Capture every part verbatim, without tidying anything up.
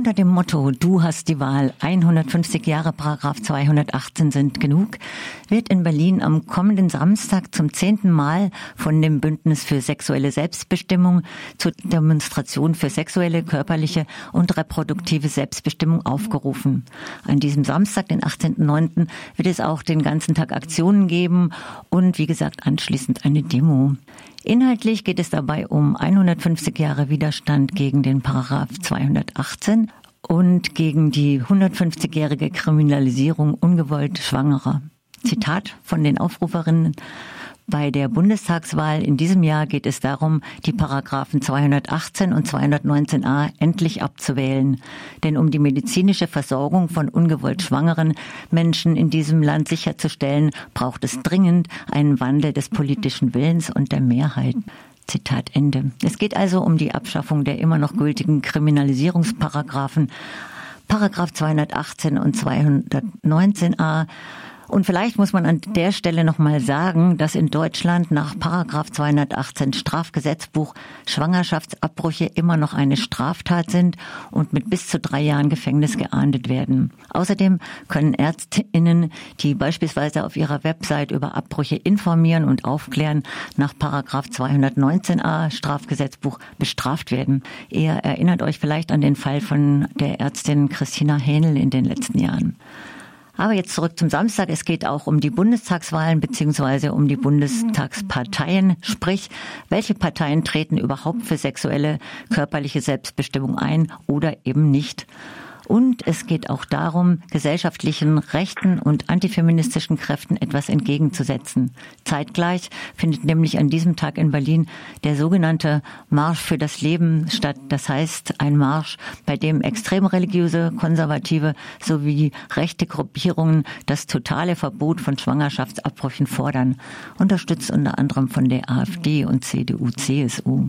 Unter dem Motto „Du hast die Wahl, hundertfünfzig Jahre Paragraph zweihundertachtzehn sind genug“ wird in Berlin am kommenden Samstag zum zehnten Mal von dem Bündnis für sexuelle Selbstbestimmung zur Demonstration für sexuelle, körperliche und reproduktive Selbstbestimmung aufgerufen. An diesem Samstag, den achtzehnten neunten, wird es auch den ganzen Tag Aktionen geben und wie gesagt anschließend eine Demo. Inhaltlich geht es dabei um hundertfünfzig Jahre Widerstand gegen den Paragraph zweihundertachtzehn und gegen die hundertfünfzigjährige Kriminalisierung ungewollt Schwangerer. Zitat von den Aufruferinnen: Bei der Bundestagswahl in diesem Jahr geht es darum, die Paragraphen zweihundertachtzehn und zweihundertneunzehn a endlich abzuwählen. Denn um die medizinische Versorgung von ungewollt schwangeren Menschen in diesem Land sicherzustellen, braucht es dringend einen Wandel des politischen Willens und der Mehrheit. Zitat Ende. Es geht also um die Abschaffung der immer noch gültigen Kriminalisierungsparagraphen, Paragraph zweihundertachtzehn und zweihundertneunzehn a. Und vielleicht muss man an der Stelle nochmal sagen, dass in Deutschland nach Paragraph zweihundertachtzehn Strafgesetzbuch Schwangerschaftsabbrüche immer noch eine Straftat sind und mit bis zu drei Jahren Gefängnis geahndet werden. Außerdem können ÄrztInnen, die beispielsweise auf ihrer Website über Abbrüche informieren und aufklären, nach Paragraph zweihundertneunzehn a Strafgesetzbuch bestraft werden. Ihr erinnert euch vielleicht an den Fall von der Ärztin Christina Hähnel in den letzten Jahren. Aber jetzt zurück zum Samstag. Es geht auch um die Bundestagswahlen beziehungsweise um die Bundestagsparteien. Sprich, welche Parteien treten überhaupt für sexuelle, körperliche Selbstbestimmung ein oder eben nicht. Und es geht auch darum, gesellschaftlichen, rechten und antifeministischen Kräften etwas entgegenzusetzen. Zeitgleich findet nämlich an diesem Tag in Berlin der sogenannte Marsch für das Leben statt. Das heißt, ein Marsch, bei dem extrem religiöse, konservative sowie rechte Gruppierungen das totale Verbot von Schwangerschaftsabbrüchen fordern. Unterstützt unter anderem von der AfD und C D U C S U.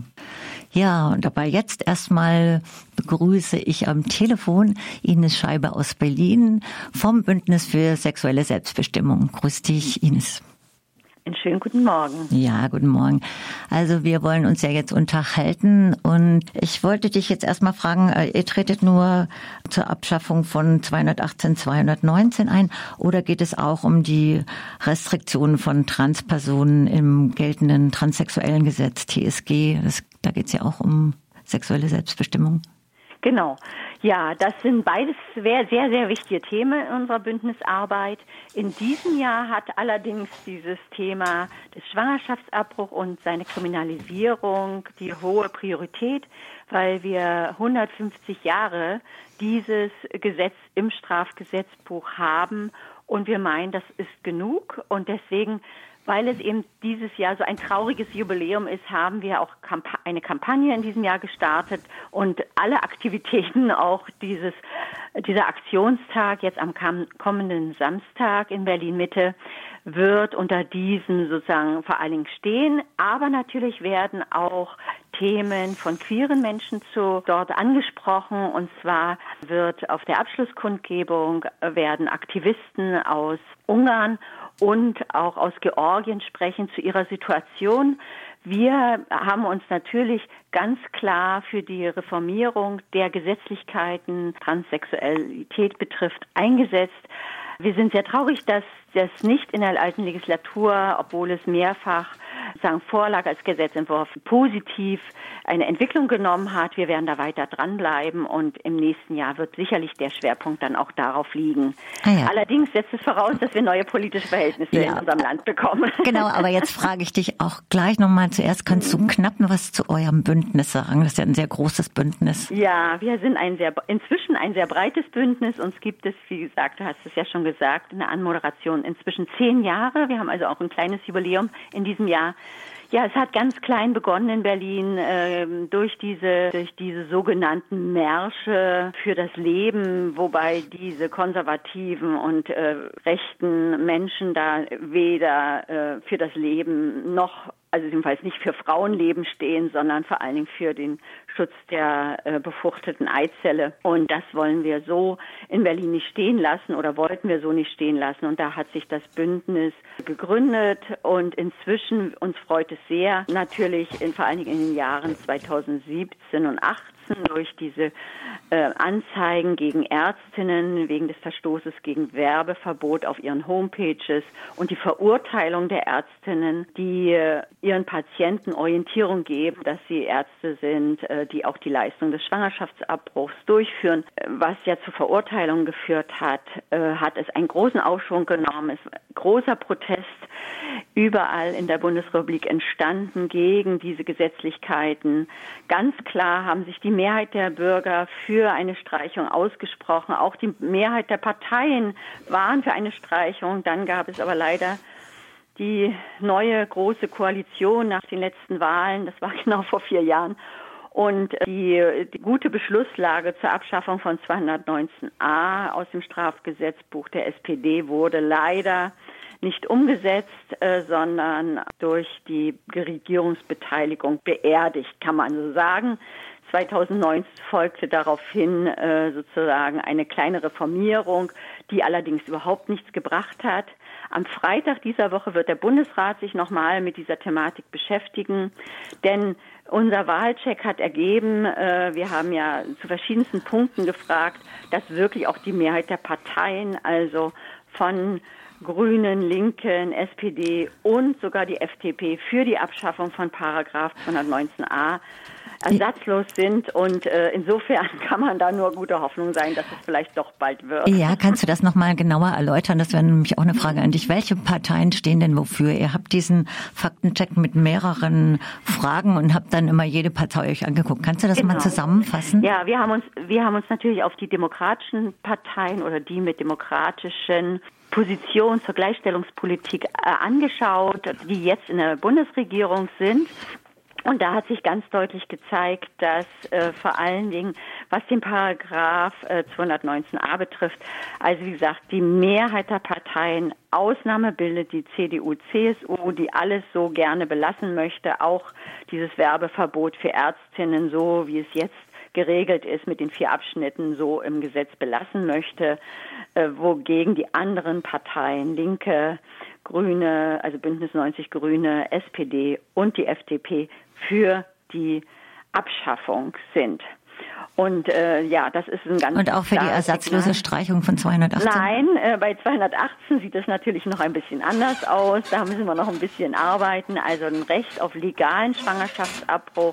Ja, und dabei jetzt erstmal begrüße ich am Telefon Ines Scheibe aus Berlin vom Bündnis für sexuelle Selbstbestimmung. Grüß dich, Ines. Einen schönen guten Morgen. Ja, guten Morgen. Also wir wollen uns ja jetzt unterhalten und ich wollte dich jetzt erstmal fragen, ihr tretet nur zur Abschaffung von zweihundertachtzehn, zweihundertneunzehn ein oder geht es auch um die Restriktionen von Transpersonen im geltenden transsexuellen Gesetz T S G? Das, da geht es ja auch um sexuelle Selbstbestimmung. Genau. Ja, das sind beides sehr, sehr, sehr wichtige Themen in unserer Bündnisarbeit. In diesem Jahr hat allerdings dieses Thema des Schwangerschaftsabbruchs und seine Kriminalisierung die hohe Priorität, weil wir hundertfünfzig Jahre dieses Gesetz im Strafgesetzbuch haben und wir meinen, das ist genug und deswegen, weil es eben dieses Jahr so ein trauriges Jubiläum ist, haben wir auch eine Kampagne in diesem Jahr gestartet und alle Aktivitäten, auch dieses, dieser Aktionstag jetzt am kommenden Samstag in Berlin-Mitte, wird unter diesem sozusagen vor allen Dingen stehen. Aber natürlich werden auch Themen von queeren Menschen zu dort angesprochen. Und zwar wird auf der Abschlusskundgebung werden Aktivisten aus Ungarn und auch aus Georgien sprechen zu ihrer Situation. Wir haben uns natürlich ganz klar für die Reformierung der Gesetzlichkeiten, Transsexualität betrifft, eingesetzt. Wir sind sehr traurig, dass das nicht in der alten Legislatur, obwohl es mehrfach sagen, Vorlag als Gesetzentwurf positiv eine Entwicklung genommen hat. Wir werden da weiter dranbleiben und im nächsten Jahr wird sicherlich der Schwerpunkt dann auch darauf liegen. Ah ja. Allerdings setzt es voraus, dass wir neue politische Verhältnisse ja. in unserem Land bekommen. Genau, aber jetzt frage ich dich auch gleich nochmal zuerst, kannst du knapp noch was zu eurem Bündnis sagen? Das ist ja ein sehr großes Bündnis. Ja, wir sind ein sehr, inzwischen ein sehr breites Bündnis. Uns gibt es, wie gesagt, du hast es ja schon gesagt, in der Anmoderation inzwischen zehn Jahre. Wir haben also auch ein kleines Jubiläum in diesem Jahr. Ja, es hat ganz klein begonnen in Berlin äh, durch diese durch diese sogenannten Märsche für das Leben, wobei diese konservativen und äh, rechten Menschen da weder äh, für das Leben noch, also jedenfalls nicht für Frauenleben stehen, sondern vor allen Dingen für den Schutz der äh, befruchteten Eizelle. Und das wollen wir so in Berlin nicht stehen lassen oder wollten wir so nicht stehen lassen. Und da hat sich das Bündnis gegründet und inzwischen, uns freut es sehr, natürlich in, vor allen Dingen in den Jahren zweitausendsiebzehn und achtzehn schützen durch diese äh, Anzeigen gegen Ärztinnen wegen des Verstoßes gegen Werbeverbot auf ihren Homepages und die Verurteilung der Ärztinnen, die äh, ihren Patienten Orientierung geben, dass sie Ärzte sind, äh, die auch die Leistung des Schwangerschaftsabbruchs durchführen, äh, was ja zu Verurteilungen geführt hat, äh, hat es einen großen Aufschwung genommen. Es ist großer Protest überall in der Bundesrepublik entstanden gegen diese Gesetzlichkeiten. Ganz klar haben sich die Mehrheit der Bürger für eine Streichung ausgesprochen. Auch die Mehrheit der Parteien waren für eine Streichung. Dann gab es aber leider die neue große Koalition nach den letzten Wahlen. Das war genau vor vier Jahren. Und die, die gute Beschlusslage zur Abschaffung von zweihundertneunzehn a aus dem Strafgesetzbuch der S P D wurde leider nicht umgesetzt, äh, sondern durch die Regierungsbeteiligung beerdigt, kann man so sagen. zweitausendneun folgte daraufhin äh, sozusagen eine kleine Reformierung, die allerdings überhaupt nichts gebracht hat. Am Freitag dieser Woche wird der Bundesrat sich nochmal mit dieser Thematik beschäftigen, denn unser Wahlcheck hat ergeben, äh, wir haben ja zu verschiedensten Punkten gefragt, dass wirklich auch die Mehrheit der Parteien, also von Grünen, Linken, S P D und sogar die F D P für die Abschaffung von Paragraph zweihundertneunzehn a ersatzlos sind. Und äh, insofern kann man da nur gute Hoffnung sein, dass es vielleicht doch bald wird. Ja, kannst du das nochmal genauer erläutern? Das wäre nämlich auch eine Frage an dich. Welche Parteien stehen denn wofür? Ihr habt diesen Faktencheck mit mehreren Fragen und habt dann immer jede Partei euch angeguckt. Kannst du das genau mal zusammenfassen? Ja, wir haben uns, wir haben uns natürlich auf die demokratischen Parteien oder die mit demokratischen Position zur Gleichstellungspolitik äh, angeschaut, die jetzt in der Bundesregierung sind. Und da hat sich ganz deutlich gezeigt, dass äh, vor allen Dingen, was den Paragraph äh, zweihundertneunzehn a betrifft, also wie gesagt, die Mehrheit der Parteien, Ausnahme bildet die C D U, C S U, die alles so gerne belassen möchte, auch dieses Werbeverbot für Ärztinnen, so wie es jetzt geregelt ist, mit den vier Abschnitten so im Gesetz belassen möchte, äh, wogegen die anderen Parteien, Linke, Grüne, also Bündnis neunzig Grüne, S P D und die F D P für die Abschaffung sind. Und äh, ja, das ist ein ganz Und auch für die ersatzlose Streichung von zweihundertachtzehn? Nein, äh, bei zweihundertachtzehn sieht es natürlich noch ein bisschen anders aus. Da müssen wir noch ein bisschen arbeiten. Also ein Recht auf legalen Schwangerschaftsabbruch,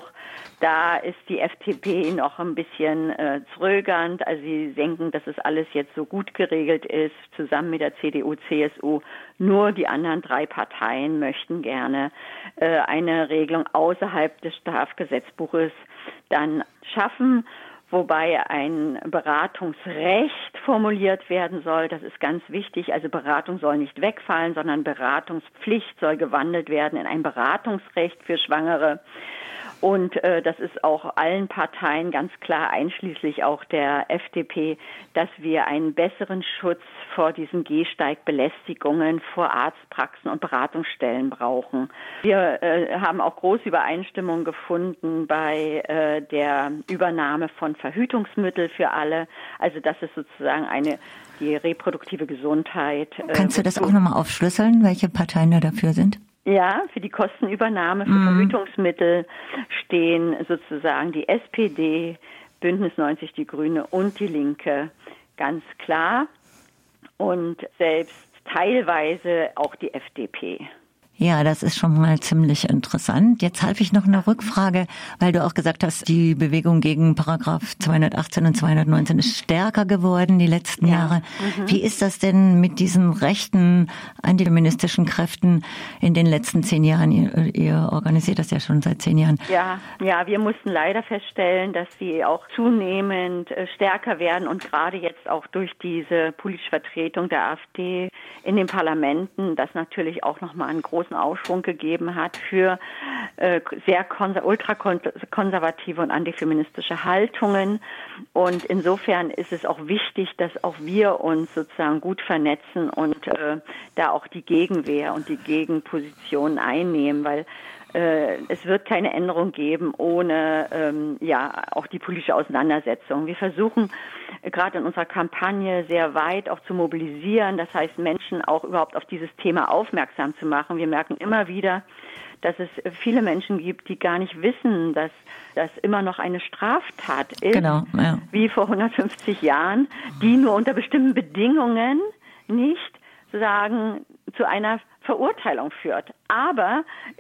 da ist die F D P noch ein bisschen äh, zögernd. Also sie denken, dass es alles jetzt so gut geregelt ist, zusammen mit der C D U, C S U. Nur die anderen drei Parteien möchten gerne äh, eine Regelung außerhalb des Strafgesetzbuches dann schaffen, wobei ein Beratungsrecht formuliert werden soll. Das ist ganz wichtig. Also Beratung soll nicht wegfallen, sondern Beratungspflicht soll gewandelt werden in ein Beratungsrecht für Schwangere. Und äh, das ist auch allen Parteien ganz klar, einschließlich auch der F D P, dass wir einen besseren Schutz vor diesen Gehsteigbelästigungen vor Arztpraxen und Beratungsstellen brauchen. Wir äh, haben auch große Übereinstimmung gefunden bei äh, der Übernahme von Verhütungsmitteln für alle. Also das ist sozusagen eine die reproduktive Gesundheit. Äh, Kannst du das auch nochmal aufschlüsseln, welche Parteien da dafür sind? Ja, für die Kostenübernahme für mm. Verhütungsmittel stehen sozusagen die S P D, Bündnis neunzig Die Grüne und die Linke ganz klar und selbst teilweise auch die F D P. Ja, das ist schon mal ziemlich interessant. Jetzt habe ich noch eine Rückfrage, weil du auch gesagt hast, die Bewegung gegen Paragraph zweihundertachtzehn und zweihundertneunzehn ist stärker geworden die letzten ja. Jahre. Mhm. Wie ist das denn mit diesen rechten antifeministischen Kräften in den letzten zehn Jahren? Ihr, ihr organisiert das ja schon seit zehn Jahren. Ja, ja, wir mussten leider feststellen, dass sie auch zunehmend stärker werden und gerade jetzt auch durch diese politische Vertretung der AfD in den Parlamenten, das natürlich auch nochmal einen großen Aufschwung gegeben hat für äh, sehr konser- ultrakonservative und antifeministische Haltungen. Und insofern ist es auch wichtig, dass auch wir uns sozusagen gut vernetzen und äh, da auch die Gegenwehr und die Gegenposition einnehmen, weil äh, es wird keine Änderung geben ohne ähm, ja auch die politische Auseinandersetzung. Wir versuchen äh, gerade in unserer Kampagne sehr weit auch zu mobilisieren, das heißt Menschen auch überhaupt auf dieses Thema aufmerksam zu machen. Wir merken immer wieder, dass es viele Menschen gibt, die gar nicht wissen, dass das immer noch eine Straftat ist, genau, ja. wie vor hundertfünfzig Jahren, die nur unter bestimmten Bedingungen nicht sagen zu einer Verurteilung führt. Aber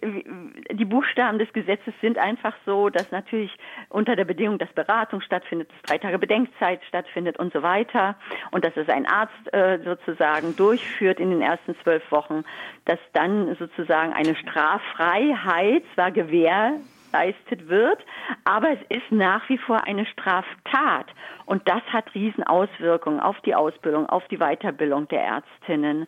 die Buchstaben des Gesetzes sind einfach so, dass natürlich unter der Bedingung, dass Beratung stattfindet, dass drei Tage Bedenkzeit stattfindet und so weiter und dass es ein Arzt äh, sozusagen durchführt in den ersten zwölf Wochen, dass dann sozusagen eine Straffreiheit zwar gewährleistet wird, aber es ist nach wie vor eine Straftat. Und das hat Riesenauswirkungen auf die Ausbildung, auf die Weiterbildung der Ärztinnen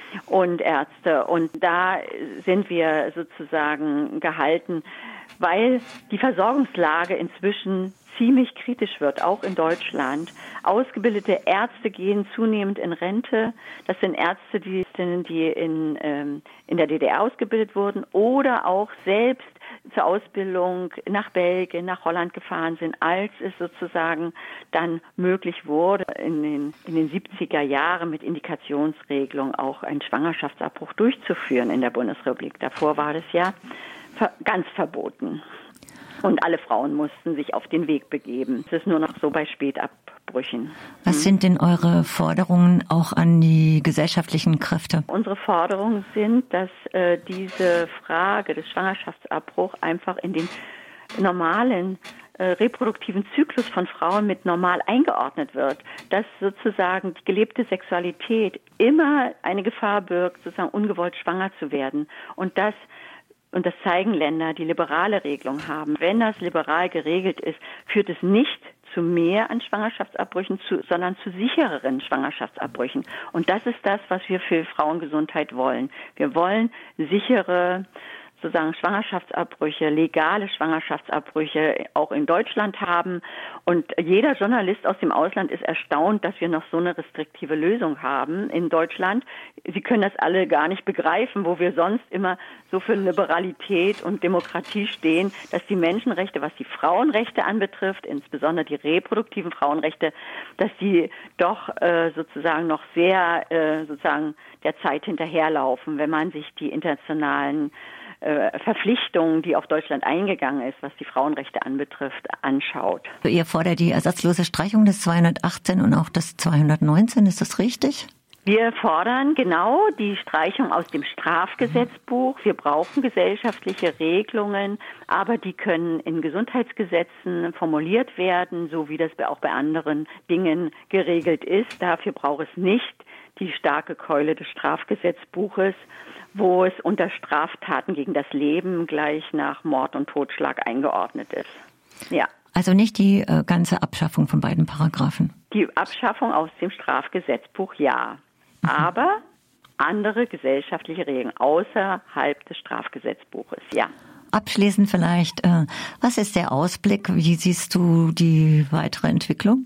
und Ärzte. Und da sind wir sozusagen gehalten, weil die Versorgungslage inzwischen ziemlich kritisch wird, auch in Deutschland. Ausgebildete Ärzte gehen zunehmend in Rente. Das sind Ärzte, die, die in, ähm, in der D D R ausgebildet wurden oder auch selbst zur Ausbildung nach Belgien, nach Holland gefahren sind, als es sozusagen dann möglich wurde, in den, in den siebziger Jahren mit Indikationsregelung auch einen Schwangerschaftsabbruch durchzuführen in der Bundesrepublik. Davor war das ja ver- ganz verboten. Und alle Frauen mussten sich auf den Weg begeben. Es ist nur noch so bei Spätabbrüchen. Was sind denn eure Forderungen auch an die gesellschaftlichen Kräfte? Unsere Forderungen sind, dass äh, diese Frage des Schwangerschaftsabbruchs einfach in den normalen äh, reproduktiven Zyklus von Frauen mit normal eingeordnet wird. Dass sozusagen die gelebte Sexualität immer eine Gefahr birgt, sozusagen ungewollt schwanger zu werden. Und dass Und das zeigen Länder, die liberale Regelung haben. Wenn das liberal geregelt ist, führt es nicht zu mehr an Schwangerschaftsabbrüchen, zu, sondern zu sichereren Schwangerschaftsabbrüchen. Und das ist das, was wir für Frauengesundheit wollen. Wir wollen sichere, sozusagen Schwangerschaftsabbrüche, legale Schwangerschaftsabbrüche auch in Deutschland haben. Und jeder Journalist aus dem Ausland ist erstaunt, dass wir noch so eine restriktive Lösung haben in Deutschland. Sie können das alle gar nicht begreifen, wo wir sonst immer so für Liberalität und Demokratie stehen, dass die Menschenrechte, was die Frauenrechte anbetrifft, insbesondere die reproduktiven Frauenrechte, dass die doch äh, sozusagen noch sehr äh, sozusagen der Zeit hinterherlaufen, wenn man sich die internationalen Verpflichtungen, die auch Deutschland eingegangen ist, was die Frauenrechte anbetrifft, anschaut. Ihr fordert die ersatzlose Streichung des zweihundertachtzehn und auch des zweihundertneunzehn, ist das richtig? Wir fordern genau die Streichung aus dem Strafgesetzbuch. Wir brauchen gesellschaftliche Regelungen, aber die können in Gesundheitsgesetzen formuliert werden, so wie das auch bei anderen Dingen geregelt ist. Dafür braucht es nicht die starke Keule des Strafgesetzbuches, wo es unter Straftaten gegen das Leben gleich nach Mord und Totschlag eingeordnet ist. Ja. Also nicht die äh, ganze Abschaffung von beiden Paragraphen? Die Abschaffung aus dem Strafgesetzbuch, ja. Mhm. Aber andere gesellschaftliche Regeln außerhalb des Strafgesetzbuches, ja. Abschließend vielleicht, äh, was ist der Ausblick? Wie siehst du die weitere Entwicklung?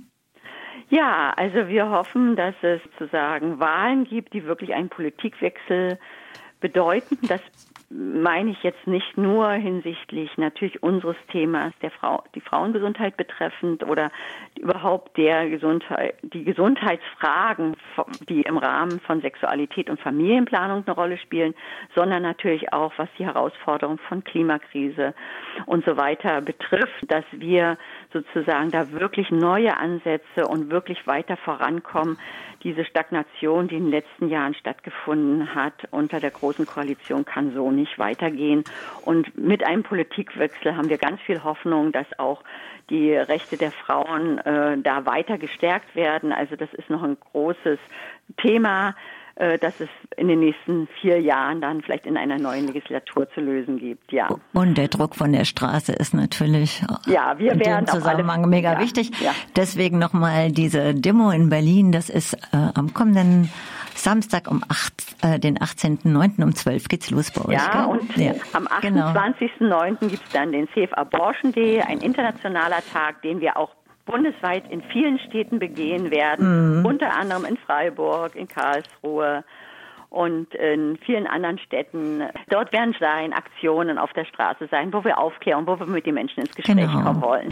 Ja, also wir hoffen, dass es sozusagen Wahlen gibt, die wirklich einen Politikwechsel bedeuten. Das meine ich jetzt nicht nur hinsichtlich natürlich unseres Themas, der Frau, die Frauengesundheit betreffend oder überhaupt der Gesundheit, die Gesundheitsfragen, die im Rahmen von Sexualität und Familienplanung eine Rolle spielen, sondern natürlich auch, was die Herausforderung von Klimakrise und so weiter betrifft, dass wir sozusagen da wirklich neue Ansätze und wirklich weiter vorankommen. Diese Stagnation, die in den letzten Jahren stattgefunden hat unter der Großen Koalition, kann so nicht weitergehen. Und mit einem Politikwechsel haben wir ganz viel Hoffnung, dass auch die Rechte der Frauen äh, da weiter gestärkt werden. Also das ist noch ein großes Thema, äh, dass es in den nächsten vier Jahren dann vielleicht in einer neuen Legislatur zu lösen gibt. Ja. Und der Druck von der Straße ist natürlich ja, wir in dem Zusammenhang alle, mega ja, wichtig. Ja. Deswegen nochmal diese Demo in Berlin. Das ist äh, am kommenden Samstag um acht, äh, den achtzehnten neunten um zwölf geht's los bei euch. Ja, gell? Und ja. am achtundzwanzigsten neunten gibt's dann den Safe Abortion Day, ein internationaler Tag, den wir auch bundesweit in vielen Städten begehen werden, mhm. unter anderem in Freiburg, in Karlsruhe und in vielen anderen Städten. Dort werden sein Aktionen auf der Straße sein, wo wir aufklären, wo wir mit den Menschen ins Gespräch genau. kommen wollen.